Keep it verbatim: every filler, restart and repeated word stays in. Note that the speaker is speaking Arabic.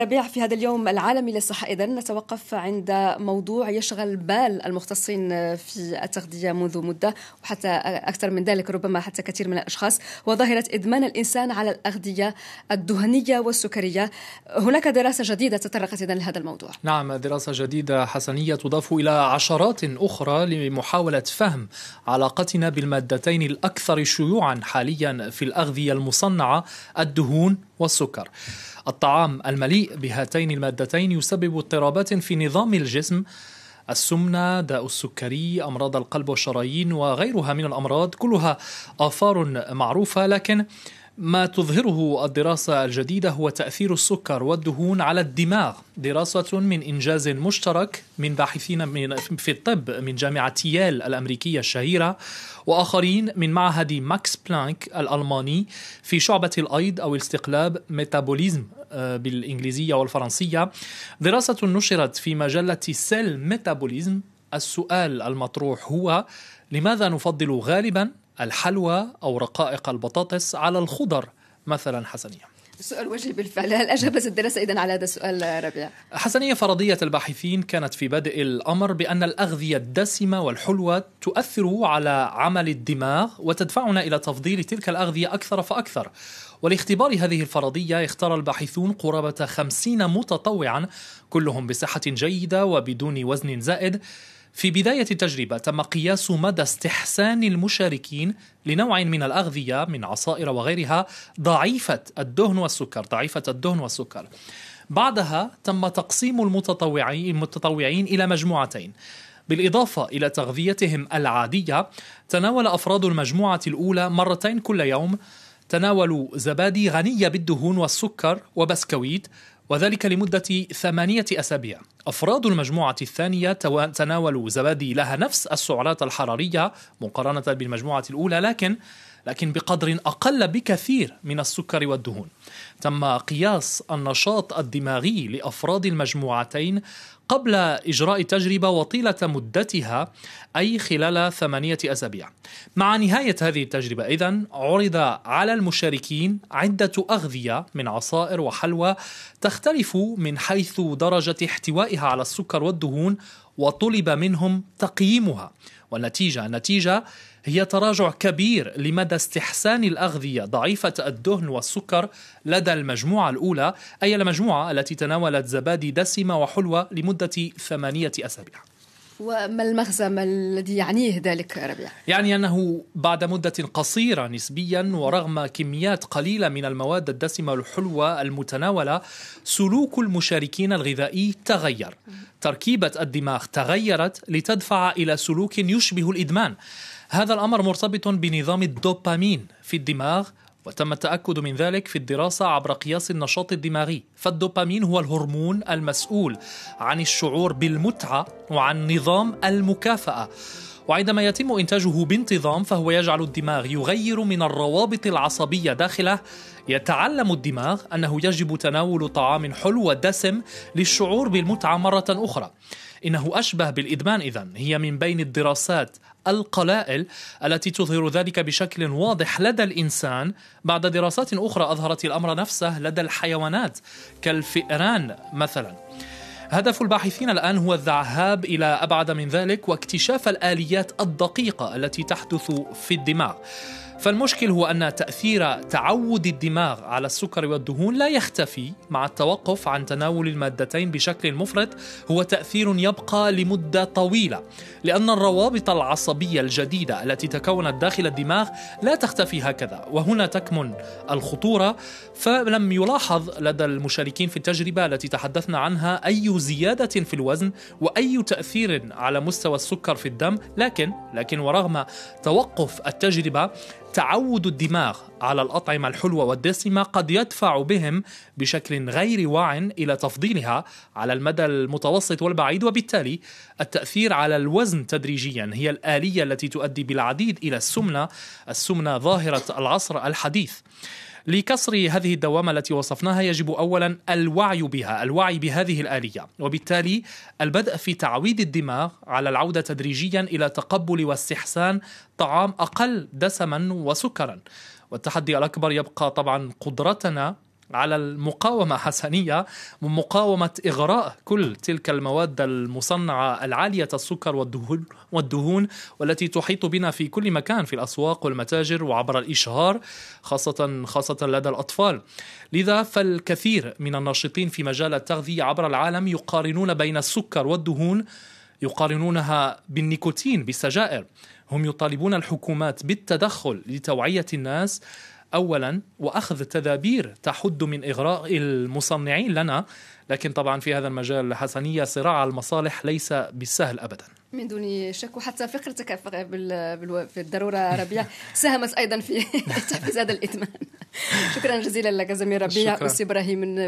ربيع، في هذا اليوم العالمي للصحة إذن نتوقف عند موضوع يشغل بال المختصين في التغذية منذ مدة، وحتى أكثر من ذلك ربما حتى كثير من الأشخاص، وظاهرة إدمان الإنسان على الأغذية الدهنية والسكرية. هناك دراسة جديدة تطرقت إذن لهذا الموضوع. نعم، دراسة جديدة حسنية تضاف إلى عشرات أخرى لمحاولة فهم علاقتنا بالمادتين الأكثر شيوعا حاليا في الأغذية المصنعة، الدهون والسكر. الطعام المليء بهاتين المادتين يسبب اضطرابات في نظام الجسم، السمنة، داء السكري، أمراض القلب والشرايين وغيرها من الأمراض، كلها آثار معروفة. لكن ما تظهره الدراسة الجديدة هو تأثير السكر والدهون على الدماغ. دراسة من إنجاز مشترك من باحثين من في الطب من جامعة ييل الأمريكية الشهيرة وآخرين من معهد ماكس بلانك الألماني في شعبة الأيض أو الاستقلاب ميتابوليزم بالإنجليزية والفرنسية. دراسة نشرت في مجلة سيل ميتابوليزم. السؤال المطروح هو: لماذا نفضل غالبا الحلوى أو رقائق البطاطس على الخضر مثلا؟ حسنية، سؤال وجيه بالفعل. هل أجابت الدراسة إذن على هذا السؤال ربيع؟ حسنية، فرضية الباحثين كانت في بدء الأمر بأن الأغذية الدسمة والحلوة تؤثر على عمل الدماغ وتدفعنا إلى تفضيل تلك الأغذية أكثر فأكثر. ولاختبار هذه الفرضية اختار الباحثون قرابة خمسين متطوعا كلهم بصحة جيدة وبدون وزن زائد. في بداية التجربة تم قياس مدى استحسان المشاركين لنوع من الأغذية من عصائر وغيرها ضعيفة الدهن والسكر ضعيفة الدهن والسكر. بعدها تم تقسيم المتطوعين المتطوعين إلى مجموعتين. بالإضافة إلى تغذيتهم العادية، تناول أفراد المجموعة الأولى مرتين كل يوم تناولوا زبادي غنية بالدهون والسكر وبسكويت، وذلك لمدة ثمانية أسابيع. أفراد المجموعة الثانية تناولوا زبادي لها نفس السعرات الحرارية مقارنة بالمجموعة الأولى، لكن لكن بقدر أقل بكثير من السكر والدهون. تم قياس النشاط الدماغي لأفراد المجموعتين قبل إجراء تجربة وطيلة مدتها، أي خلال ثمانية أسابيع. مع نهاية هذه التجربة إذن عرض على المشاركين عدة أغذية من عصائر وحلوى تختلف من حيث درجة احتوائها على السكر والدهون، وطلب منهم تقييمها. والنتيجة النتيجة هي تراجع كبير لمدى استحسان الأغذية ضعيفة الدهن والسكر لدى المجموعة الأولى، أي المجموعة التي تناولت زبادي دسمة وحلوة لمدة ثمانية أسابيع. وما المغزى ما الذي يعنيه ذلك ربيع؟ يعني أنه بعد مدة قصيرة نسبيا ورغم كميات قليلة من المواد الدسمة والحلوة المتناولة، سلوك المشاركين الغذائي تغير. تركيبة الدماغ تغيرت لتدفع إلى سلوك يشبه الإدمان. هذا الأمر مرتبط بنظام الدوبامين في الدماغ، وتم التأكد من ذلك في الدراسة عبر قياس النشاط الدماغي. فالدوبامين هو الهرمون المسؤول عن الشعور بالمتعة وعن نظام المكافأة، وعندما يتم إنتاجه بانتظام فهو يجعل الدماغ يغير من الروابط العصبية داخله. يتعلم الدماغ أنه يجب تناول طعام حلو ودسم للشعور بالمتعة مرة أخرى. إنه أشبه بالإدمان إذن. هي من بين الدراسات القلائل التي تظهر ذلك بشكل واضح لدى الإنسان، بعد دراسات أخرى أظهرت الأمر نفسه لدى الحيوانات كالفئران مثلا. هدف الباحثين الآن هو الذهاب إلى أبعد من ذلك واكتشاف الآليات الدقيقة التي تحدث في الدماغ. فالمشكل هو أن تأثير تعود الدماغ على السكر والدهون لا يختفي مع التوقف عن تناول المادتين بشكل مفرط، هو تأثير يبقى لمدة طويلة، لأن الروابط العصبية الجديدة التي تكونت داخل الدماغ لا تختفي هكذا. وهنا تكمن الخطورة. فلم يلاحظ لدى المشاركين في التجربة التي تحدثنا عنها أي زيادة في الوزن وأي تأثير على مستوى السكر في الدم، لكن لكن ورغم توقف التجربة، تعود الدماغ على الأطعمة الحلوة والدسمة قد يدفع بهم بشكل غير واع إلى تفضيلها على المدى المتوسط والبعيد، وبالتالي التأثير على الوزن تدريجيا هي الآلية التي تؤدي بالعديد إلى السمنة السمنة ظاهرة العصر الحديث. لكسر هذه الدوامة التي وصفناها يجب أولا الوعي بها الوعي بهذه الآلية، وبالتالي البدء في تعويد الدماغ على العودة تدريجيا إلى تقبل واستحسان طعام أقل دسما وسكرا. والتحدي الأكبر يبقى طبعا قدرتنا على المقاومة حسنية ومقاومة إغراء كل تلك المواد المصنعة العالية السكر والدهون, والدهون والتي تحيط بنا في كل مكان في الأسواق والمتاجر وعبر الإشهار خاصة, خاصة لدى الأطفال. لذا فالكثير من الناشطين في مجال التغذية عبر العالم يقارنون بين السكر والدهون، يقارنونها بالنيكوتين بالسجائر. هم يطالبون الحكومات بالتدخل لتوعية الناس أولا وأخذ تدابير تحد من إغراء المصنعين لنا، لكن طبعا في هذا المجال حسنية صراع المصالح ليس بالسهل أبدا من دون شك. وحتى فكرتك في الضرورة ربيع ساهمت أيضا في تحفيز هذا الإدمان. شكرا جزيلا لك زميل ربيع. أسي إبراهيم.